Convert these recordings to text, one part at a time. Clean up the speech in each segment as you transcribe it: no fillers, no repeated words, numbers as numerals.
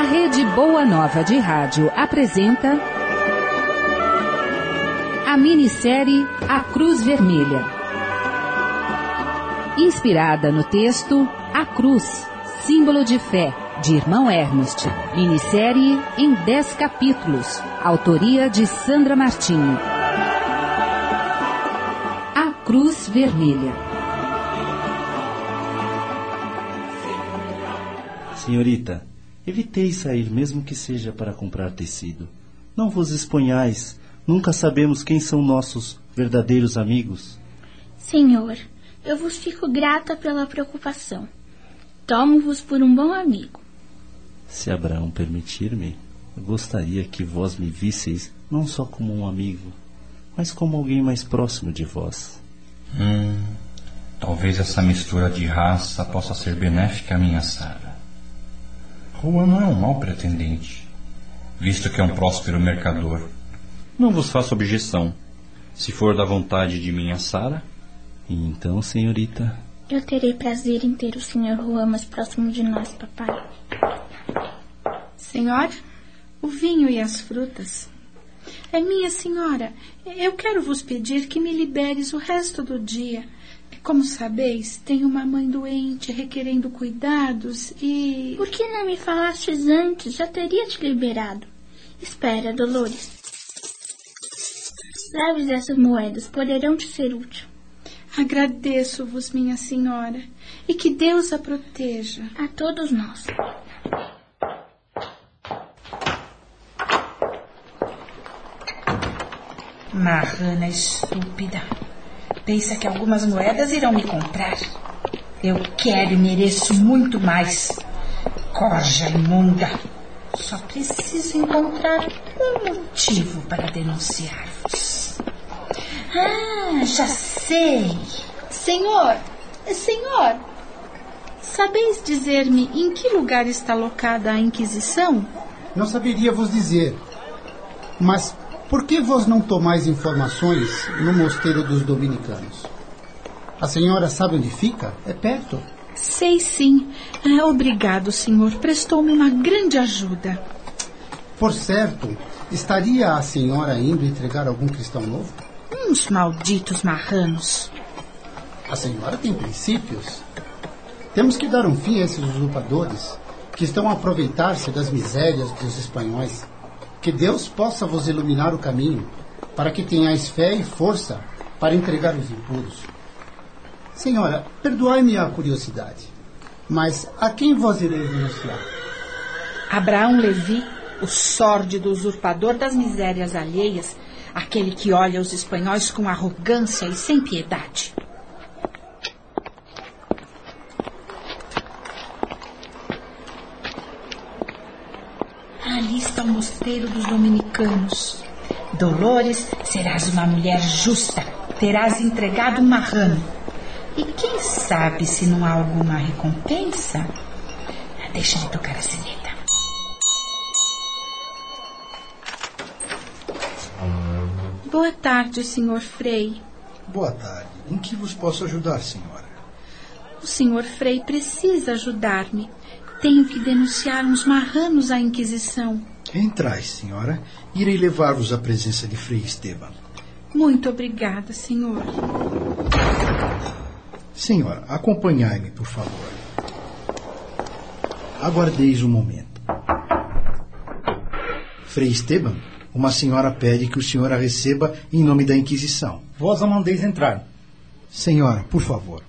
Rede Boa Nova de Rádio apresenta a minissérie A Cruz Vermelha. Inspirada no texto A Cruz, Símbolo de Fé, de Irmão Ernest. Minissérie em 10 capítulos. Autoria de Sandra Martinho. A Cruz Vermelha. Senhorita, evitei sair mesmo que seja para comprar tecido. Não vos exponhais. Nunca sabemos quem são nossos verdadeiros amigos. Senhor, eu vos fico grata pela preocupação. Tomo-vos por um bom amigo. Se Abraão permitir-me, eu gostaria que vós me visseis não só como um amigo, mas como alguém mais próximo de vós. Talvez essa mistura de raça possa ser benéfica à minha Sara. Juan não é um mau pretendente, visto que é um próspero mercador. Não vos faço objeção, se for da vontade de minha Sara. E então, senhorita? Eu terei prazer em ter o Sr. Juan mais próximo de nós, papai. Senhora, o vinho e as frutas. Minha senhora, eu quero vos pedir que me liberes o resto do dia. Como sabeis, tenho uma mãe doente requerendo cuidados e... Por que não me falastes antes? Já teria te liberado. Espera, Dolores. Leves essas moedas, poderão te ser útil. Agradeço-vos, minha senhora, e que Deus a proteja. A todos nós. Marrana estúpida. Pensa que algumas moedas irão me comprar. Eu quero e mereço muito mais. Corja imunda. Só preciso encontrar um motivo para denunciar-vos. Já sei. Senhor, sabeis dizer-me em que lugar está locada a Inquisição? Não saberia vos dizer. Mas por que vós não tomais informações no mosteiro dos dominicanos? A senhora sabe onde fica? É perto. Sei sim. Obrigado, senhor. Prestou-me uma grande ajuda. Por certo, estaria a senhora indo entregar algum cristão novo? Uns malditos marranos. A senhora tem princípios. Temos que dar um fim a esses usurpadores que estão a aproveitar-se das misérias dos espanhóis. Que Deus possa vos iluminar o caminho, para que tenhais fé e força para entregar os impuros. Senhora, perdoai-me a curiosidade, mas a quem vós ireis denunciar? Abraão Levi, o sórdido usurpador das misérias alheias, aquele que olha os espanhóis com arrogância e sem piedade. Ali está o mosteiro dos dominicanos. Dolores, serás uma mulher justa, terás entregado um marrano. E quem sabe se não há alguma recompensa? Deixa-me tocar a sineta. Boa tarde, senhor Frei. Boa tarde. Em que vos posso ajudar, senhora? O senhor Frei precisa ajudar-me. Tenho que denunciar uns marranos à Inquisição. Entrai, senhora. Irei levar-vos à presença de Frei Esteban. Muito obrigada, senhor. Senhora, acompanhai-me, por favor. Aguardeis um momento. Frei Esteban, uma senhora pede que o senhor a receba em nome da Inquisição. Vós a mandeis entrar. Senhora, por favor.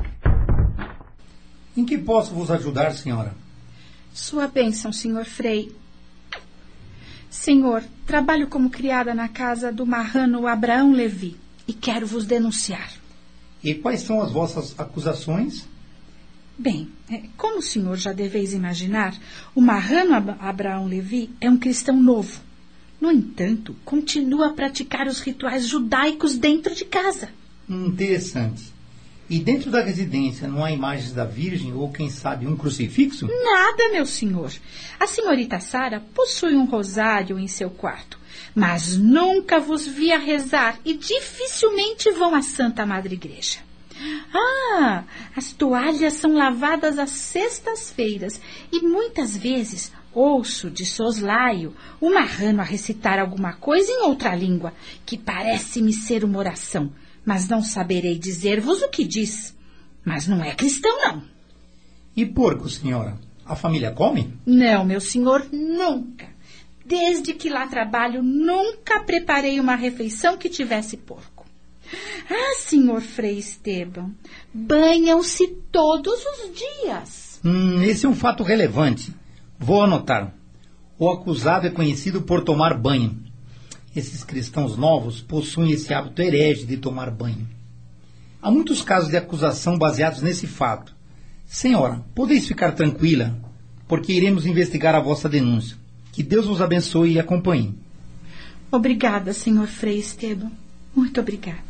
Em que posso vos ajudar, senhora? Sua bênção, senhor Frei. Senhor, trabalho como criada na casa do marrano Abraão Levi e quero vos denunciar. E quais são as vossas acusações? Bem, como o senhor já deveis imaginar, o marrano Abraão Levi é um cristão novo. No entanto, continua a praticar os rituais judaicos dentro de casa. Interessante. E dentro da residência não há imagens da Virgem ou, quem sabe, um crucifixo? Nada, meu senhor. A senhorita Sara possui um rosário em seu quarto, mas nunca vos vi a rezar e dificilmente vão à Santa Madre Igreja. Ah, as toalhas são lavadas às sextas-feiras e muitas vezes ouço de soslaio o marrano a recitar alguma coisa em outra língua, que parece-me ser uma oração, mas não saberei dizer-vos o que diz. Mas não é cristão, não. E porco, senhora? A família come? Não, meu senhor, nunca. Desde que lá trabalho, nunca preparei uma refeição que tivesse porco. Ah, senhor Frei Esteban, banham-se todos os dias. Esse é um fato relevante. Vou anotar. O acusado é conhecido por tomar banho. Esses cristãos novos possuem esse hábito herege de tomar banho. Há muitos casos de acusação baseados nesse fato. Senhora, podeis ficar tranquila, porque iremos investigar a vossa denúncia. Que Deus vos abençoe e acompanhe. Obrigada, senhor Frei Esteban. Muito obrigada.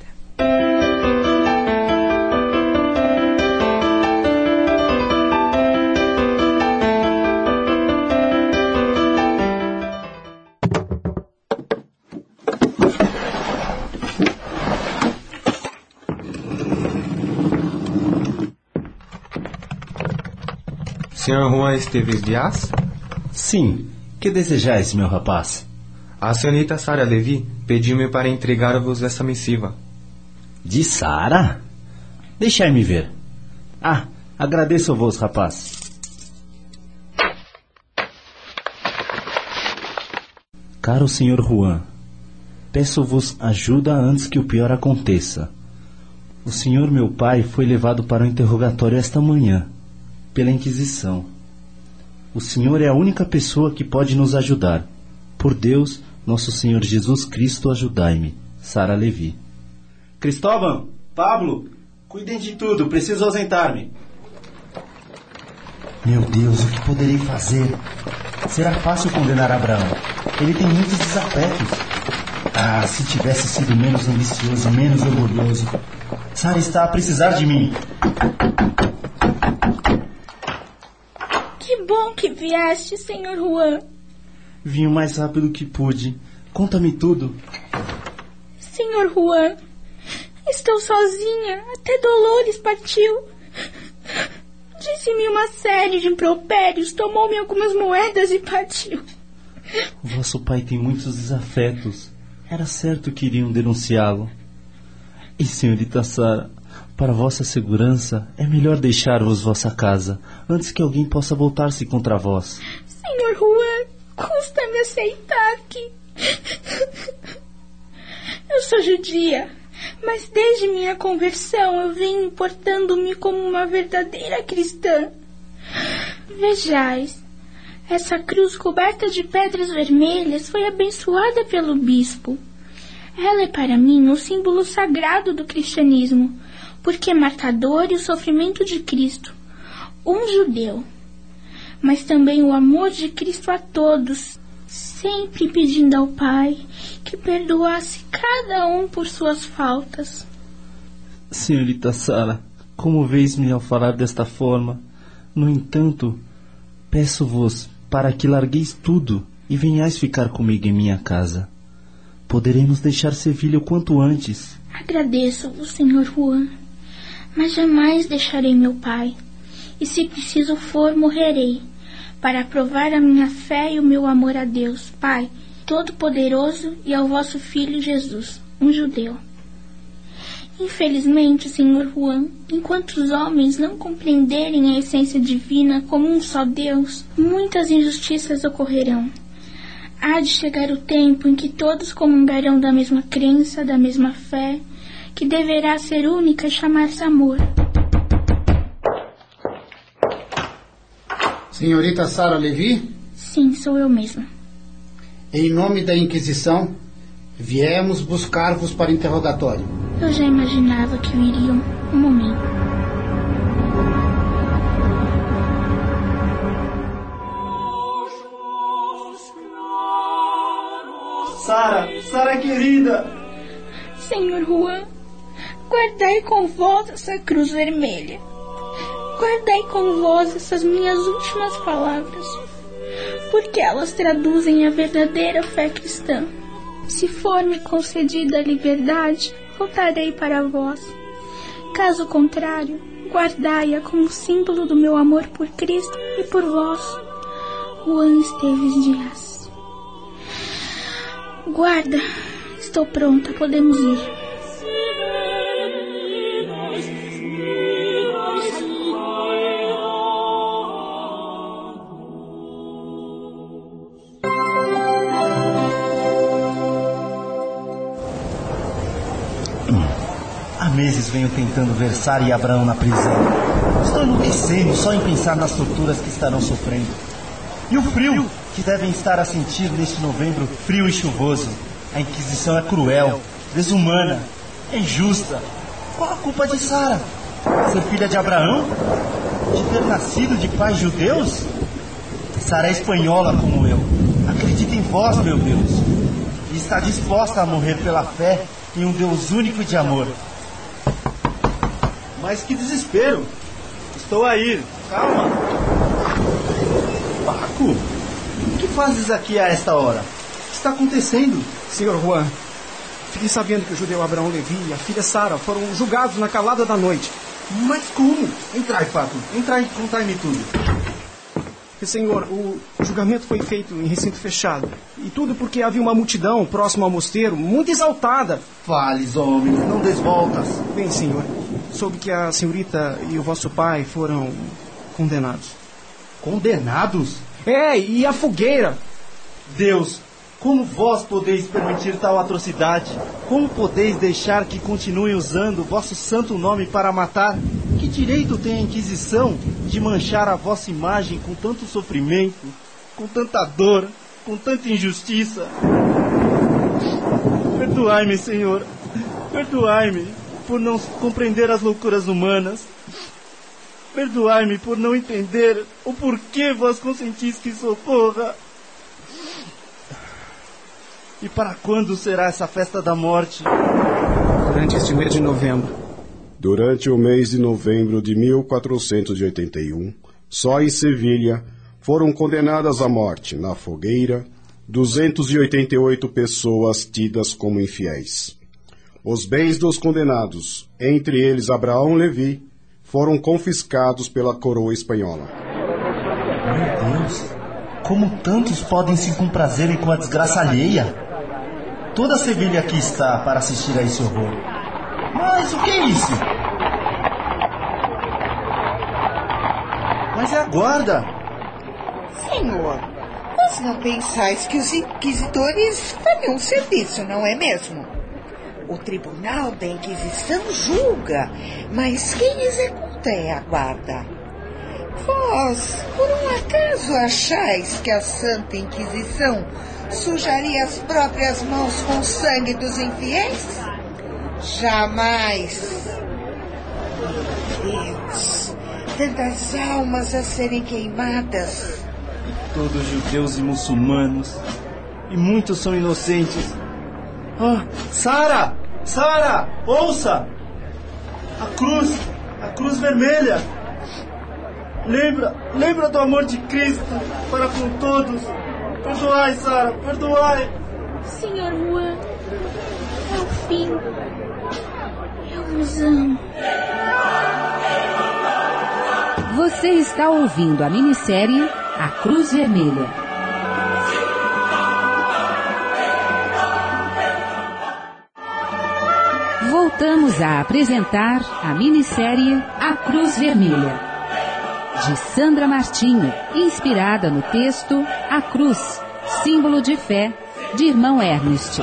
Senhor Juan Esteves Dias? Sim. Que desejais, meu rapaz? A senhorita Sara Levi pediu-me para entregar-vos essa missiva. De Sara? Deixai-me ver. Ah, agradeço-vos, rapaz. Caro senhor Juan, peço-vos ajuda antes que o pior aconteça. O senhor meu pai foi levado para o interrogatório esta manhã, pela Inquisição. O senhor é a única pessoa que pode nos ajudar. Por Deus, nosso Senhor Jesus Cristo, ajudai-me. Sara Levi. Cristóvão, Pablo, cuidem de tudo, preciso ausentar-me. Meu Deus, o que poderei fazer? Será fácil condenar Abraão. Ele tem muitos desafetos. Ah, se tivesse sido menos ambicioso, menos orgulhoso. Sara está a precisar de mim. Que bom que vieste, senhor Juan. Vim o mais rápido que pude. Conta-me tudo. Senhor Juan, estou sozinha. Até Dolores partiu. Disse-me uma série de impropérios, tomou-me algumas moedas e partiu. Vosso pai tem muitos desafetos. Era certo que iriam denunciá-lo. E, senhorita Sara, para vossa segurança, é melhor deixar-vos vossa casa, antes que alguém possa voltar-se contra vós. Senhor Juan, custa-me aceitar que... Eu sou judia, mas desde minha conversão eu venho portando-me como uma verdadeira cristã. Vejais, essa cruz coberta de pedras vermelhas foi abençoada pelo bispo. Ela é para mim um símbolo sagrado do cristianismo, porque marca a dor e o sofrimento de Cristo, um judeu, mas também o amor de Cristo a todos, sempre pedindo ao Pai que perdoasse cada um por suas faltas. Senhorita Sara, comoveis-me ao falar desta forma. No entanto, peço-vos para que largueis tudo e venhais ficar comigo em minha casa. Poderemos deixar Sevilha o quanto antes. Agradeço-vos, senhor Juan, mas jamais deixarei meu pai, e se preciso for, morrerei, para provar a minha fé e o meu amor a Deus, Pai Todo-Poderoso, e ao vosso Filho Jesus, um judeu. Infelizmente, senhor Juan, enquanto os homens não compreenderem a essência divina como um só Deus, muitas injustiças ocorrerão. Há de chegar o tempo em que todos comungarão da mesma crença, da mesma fé, que deverá ser única e chamar-se amor. Senhorita Sara Levi? Sim, sou eu mesma. Em nome da Inquisição, viemos buscar-vos para interrogatório. Eu já imaginava que viriam um momento. Sara querida! Senhor Juan, guardai com vós essa cruz vermelha. Guardai com vós essas minhas últimas palavras, porque elas traduzem a verdadeira fé cristã. Se for-me concedida a liberdade, voltarei para vós. Caso contrário, guardai-a como símbolo do meu amor por Cristo e por vós. Juan Esteves Dias. Guarda, estou pronta, podemos ir. Há meses venho tentando ver Sara e Abraão na prisão. Estou enlouquecendo só em pensar nas torturas que estarão sofrendo. E o frio que devem estar a sentir neste novembro frio e chuvoso. A Inquisição é cruel, desumana, é injusta. Qual a culpa de Sara? Ser filha de Abraão? De ter nascido de pais judeus? Sara é espanhola como eu. Acredita em vós, meu Deus. E está disposta a morrer pela fé em um Deus único de amor. Mas que desespero! Estou a ir. Calma. Paco, o que fazes aqui a esta hora? O que está acontecendo? Senhor Juan, fiquei sabendo que o judeu Abraão Levi e a filha Sara foram julgados na calada da noite. Mas como? Entrai, Paco. Entrai e contai-me tudo. Senhor, o julgamento foi feito em recinto fechado. E tudo porque havia uma multidão próxima ao mosteiro, muito exaltada. Fales, homem, não des voltas. Bem, senhor, soube que a senhorita e o vosso pai foram condenados. Condenados? É, e a fogueira. Deus, como vós podeis permitir tal atrocidade? Como podeis deixar que continue usando o vosso santo nome para matar? Que direito tem a Inquisição de manchar a vossa imagem com tanto sofrimento, com tanta dor, com tanta injustiça? Perdoai-me, Senhor. Perdoai-me por não compreender as loucuras humanas. Perdoai-me por não entender o porquê vós consentis que socorra. E para quando será essa festa da morte? Durante este mês de novembro. Durante o mês de novembro de 1481, só em Sevilha foram condenadas à morte, na fogueira, 288 pessoas tidas como infiéis. Os bens dos condenados, entre eles Abraão Levi, foram confiscados pela coroa espanhola. Meu Deus, como tantos podem se comprazerem com a desgraça alheia? Toda Sevilha aqui está para assistir a esse horror. Mas o que é isso? Mas é a guarda. Senhor, vós não pensais que os inquisidores fariam um serviço, não é mesmo? O tribunal da Inquisição julga, mas quem executa é a guarda. Vós, por um acaso, achais que a Santa Inquisição sujaria as próprias mãos com o sangue dos infiéis? Jamais. Deus, tantas almas a serem queimadas. Todos judeus e muçulmanos. E muitos são inocentes. Ah, Sara! Sara! Ouça! A cruz vermelha! Lembra do amor de Cristo para com todos. Perdoai, Sara, perdoai. Senhor Juan, é o fim. Eu vos amo. Você está ouvindo a minissérie A Cruz Vermelha. Voltamos a apresentar a minissérie A Cruz Vermelha, de Sandra Martinho, inspirada no texto A Cruz, símbolo de fé, de Irmão Ernest.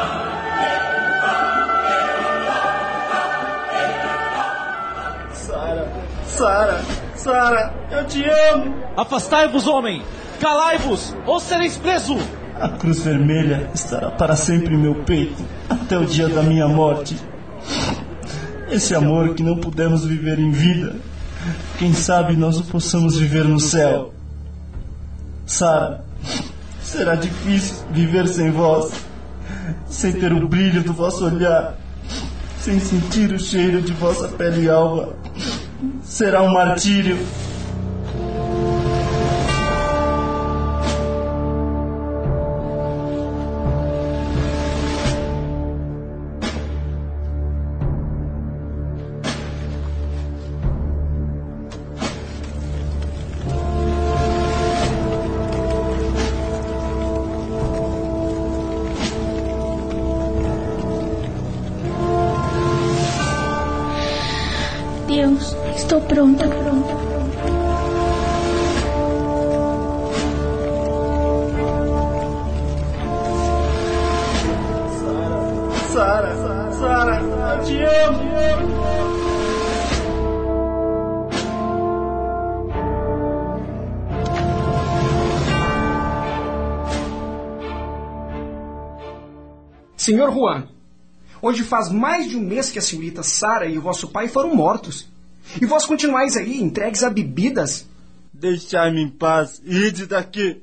Sara, eu te amo! Afastai-vos, homem! Calai-vos, ou sereis preso! A cruz vermelha estará para sempre em meu peito, até o dia da minha morte. Esse amor que não pudemos viver em vida, quem sabe nós o possamos viver no céu. Sara, será difícil viver sem vós, sem ter o brilho do vosso olhar, sem sentir o cheiro de vossa pele alva. Será um martírio. Estou pronta. Sara, eu te amo. Senhor Juan, hoje faz mais de um mês que a senhorita Sara e o vosso pai foram mortos. E vós continuais aí, entregues a bebidas? Deixai-me em paz, ide daqui.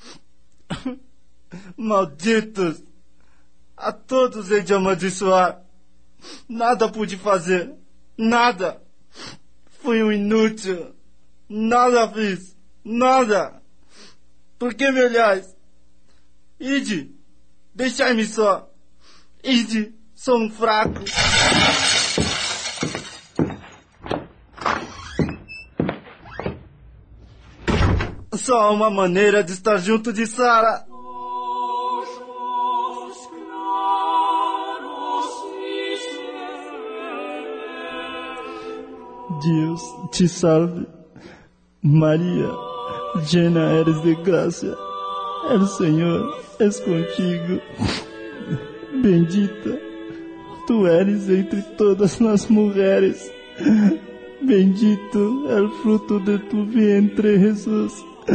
Malditos! A todos hei de amaldiçoar. Nada pude fazer. Nada. Fui um inútil. Nada fiz. Nada. Por que me olhais? Ide. Deixai-me só. Ide. Sou um fraco. Só há uma maneira de estar junto de Sara. Deus te salve, Maria, llena eres de gracia, el Señor es contigo. Bendita, tu eres entre todas las mujeres, bendito el fruto de tu vientre, Jesús.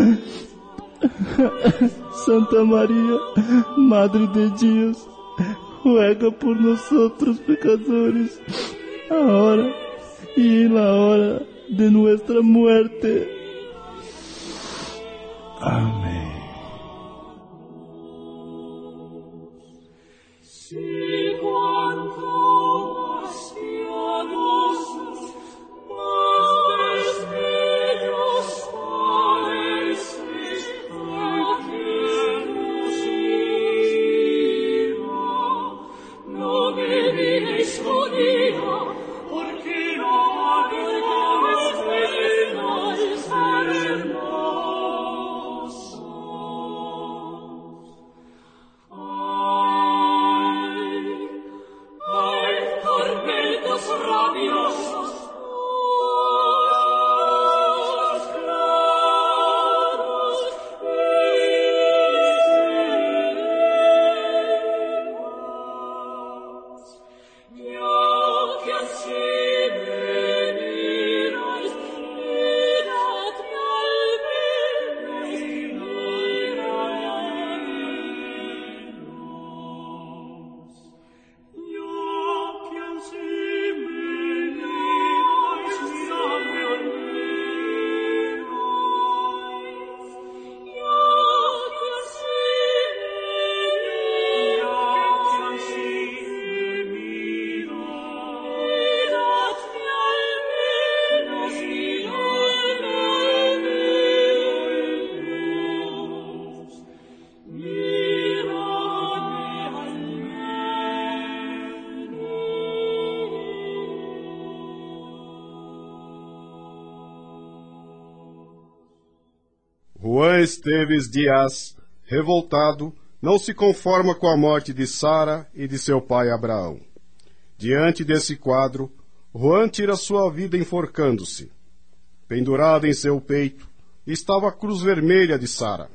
Santa María, Madre de Dios, ruega por nosotros pecadores, ahora y en la hora de nuestra muerte. Amén. Juan Esteves Dias, revoltado, não se conforma com a morte de Sara e de seu pai Abraão. Diante desse quadro, Juan tira sua vida enforcando-se. Pendurada em seu peito estava a cruz vermelha de Sara.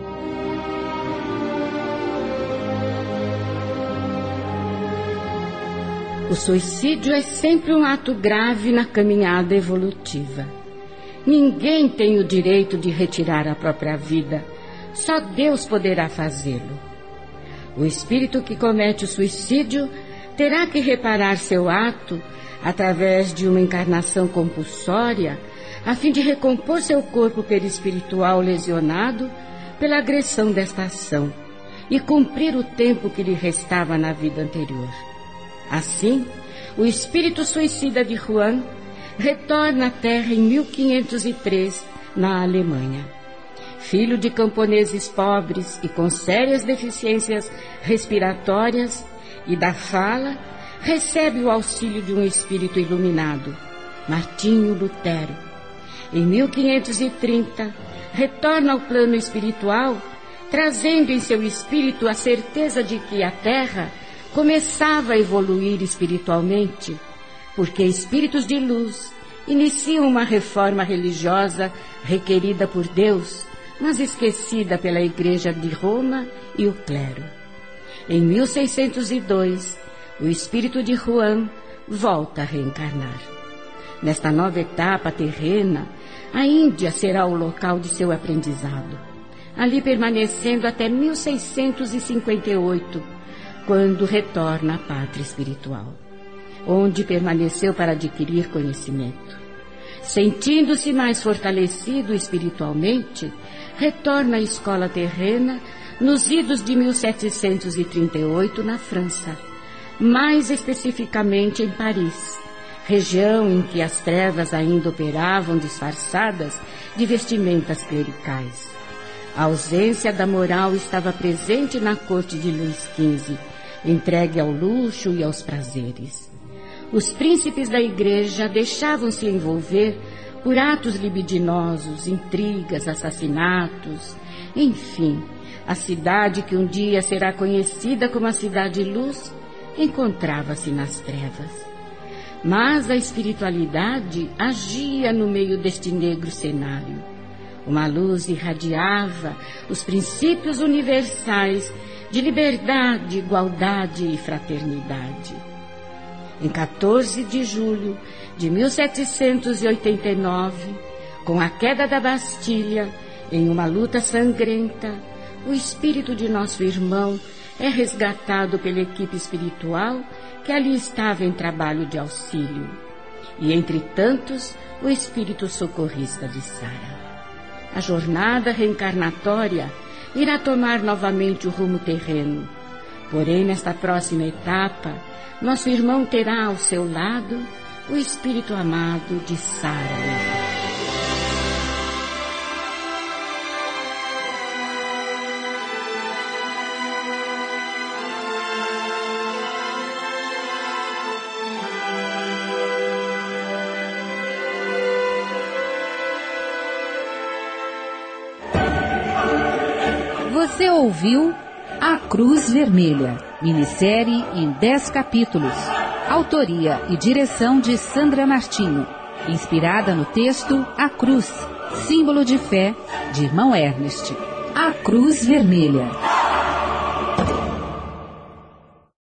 O suicídio é sempre um ato grave na caminhada evolutiva. Ninguém tem o direito de retirar a própria vida. Só Deus poderá fazê-lo. O espírito que comete o suicídio terá que reparar seu ato através de uma encarnação compulsória, a fim de recompor seu corpo perispiritual lesionado pela agressão desta ação e cumprir o tempo que lhe restava na vida anterior. Assim, o espírito suicida de Juan retorna à Terra em 1503, na Alemanha. Filho de camponeses pobres e com sérias deficiências respiratórias e da fala, recebe o auxílio de um espírito iluminado, Martinho Lutero. Em 1530, retorna ao plano espiritual, trazendo em seu espírito a certeza de que a Terra começava a evoluir espiritualmente, porque espíritos de luz iniciam uma reforma religiosa requerida por Deus, mas esquecida pela Igreja de Roma e o clero. Em 1602, o espírito de Juan volta a reencarnar. Nesta nova etapa terrena, a Índia será o local de seu aprendizado, ali permanecendo até 1658, quando retorna à pátria espiritual, onde permaneceu para adquirir conhecimento. Sentindo-se mais fortalecido espiritualmente, retorna à escola terrena nos idos de 1738 na França, mais especificamente em Paris, região em que as trevas ainda operavam disfarçadas de vestimentas clericais. A ausência da moral estava presente na corte de Luís XV, entregue ao luxo e aos prazeres. Os príncipes da igreja deixavam-se envolver por atos libidinosos, intrigas, assassinatos, enfim, a cidade que um dia será conhecida como a Cidade-Luz encontrava-se nas trevas. Mas a espiritualidade agia no meio deste negro cenário. Uma luz irradiava os princípios universais de liberdade, igualdade e fraternidade. Em 14 de julho de 1789, com a queda da Bastilha, em uma luta sangrenta, o espírito de nosso irmão é resgatado pela equipe espiritual que ali estava em trabalho de auxílio. E entre tantos, o espírito socorrista de Sara. A jornada reencarnatória irá tomar novamente o rumo terreno. Porém, nesta próxima etapa, nosso irmão terá ao seu lado o espírito amado de Sara. Você ouviu A Cruz Vermelha, minissérie em 10 capítulos. Autoria e direção de Sandra Martinho. Inspirada no texto A Cruz, símbolo de fé, de irmão Ernest. A Cruz Vermelha.